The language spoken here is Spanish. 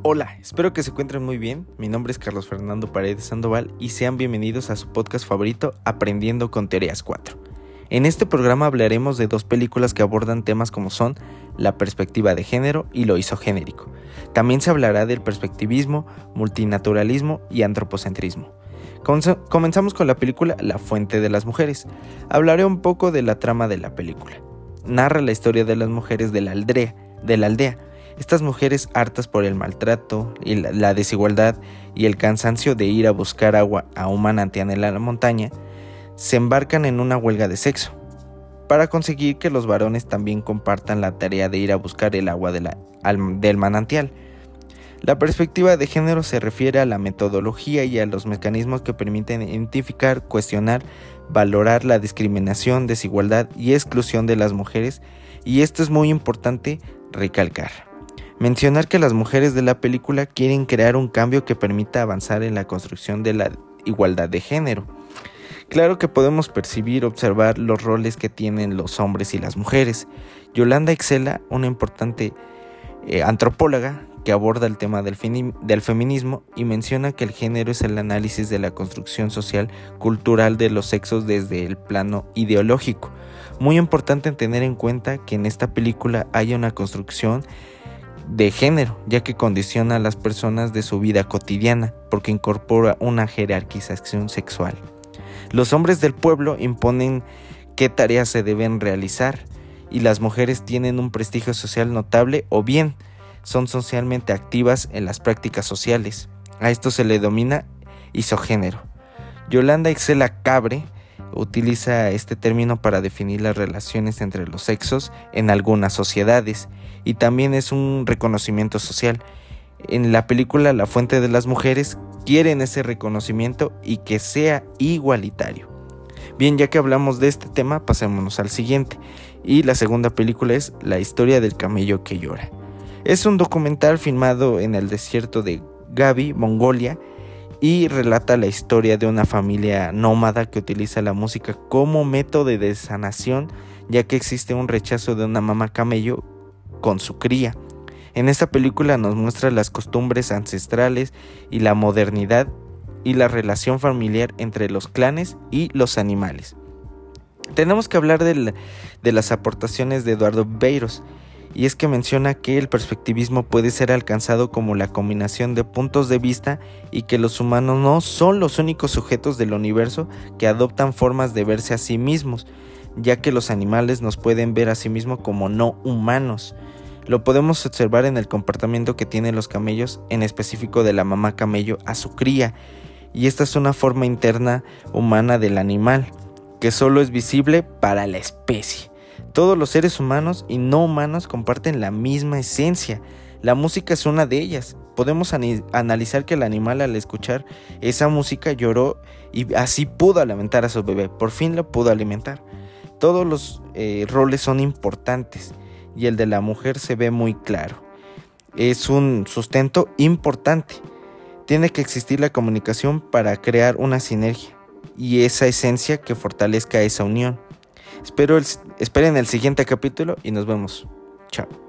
Hola, espero que se encuentren muy bien. Mi nombre es Carlos Fernando Paredes Sandoval y sean bienvenidos a su podcast favorito, Aprendiendo con Teorías 4. En este programa hablaremos de dos películas que abordan temas como son la perspectiva de género y lo isogénerico. También se hablará del perspectivismo, multinaturalismo y antropocentrismo. Comenzamos con la película La Fuente de las Mujeres. Hablaré un poco de la trama de la película. Narra la historia de las mujeres de la aldea. Estas mujeres, hartas por el maltrato, y la desigualdad y el cansancio de ir a buscar agua a un manantial en la montaña, se embarcan en una huelga de sexo, para conseguir que los varones también compartan la tarea de ir a buscar el agua del manantial. La perspectiva de género se refiere a la metodología y a los mecanismos que permiten identificar, cuestionar, valorar la discriminación, desigualdad y exclusión de las mujeres, y esto es muy importante recalcar. Mencionar que las mujeres de la película quieren crear un cambio que permita avanzar en la construcción de la igualdad de género. Claro que podemos observar los roles que tienen los hombres y las mujeres. Yolanda Exela, una importante antropóloga que aborda el tema del feminismo y menciona que el género es el análisis de la construcción social, cultural de los sexos desde el plano ideológico. Muy importante tener en cuenta que en esta película hay una construcción de género, ya que condiciona a las personas de su vida cotidiana, porque incorpora una jerarquización sexual. Los hombres del pueblo imponen qué tareas se deben realizar, y las mujeres tienen un prestigio social notable o bien son socialmente activas en las prácticas sociales. A esto se le denomina isogénero. Yolanda Exela Cabre utiliza este término para definir las relaciones entre los sexos en algunas sociedades y también es un reconocimiento social. En la película La Fuente de las Mujeres quieren ese reconocimiento y que sea igualitario. Bien, ya que hablamos de este tema, pasémonos al siguiente. Y la segunda película es La historia del camello que llora. Es un documental filmado en el desierto de Gobi, Mongolia, y relata la historia de una familia nómada que utiliza la música como método de sanación, ya que existe un rechazo de una mamá camello con su cría. En esta película nos muestra las costumbres ancestrales y la modernidad y la relación familiar entre los clanes y los animales. Tenemos que hablar de las aportaciones de Eduardo Beiros, y es que menciona que el perspectivismo puede ser alcanzado como la combinación de puntos de vista y que los humanos no son los únicos sujetos del universo que adoptan formas de verse a sí mismos, ya que los animales nos pueden ver a sí mismos como no humanos. Lo podemos observar en el comportamiento que tienen los camellos, en específico de la mamá camello a su cría, y esta es una forma interna humana del animal, que solo es visible para la especie. Todos los seres humanos y no humanos comparten la misma esencia. La música es una de ellas. Podemos analizar que el animal al escuchar esa música lloró y así pudo alimentar a su bebé. Por fin lo pudo alimentar. Todos los roles son importantes y el de la mujer se ve muy claro. Es un sustento importante. Tiene que existir la comunicación para crear una sinergia y esa esencia que fortalezca esa unión. Esperen el siguiente capítulo y nos vemos. Chao.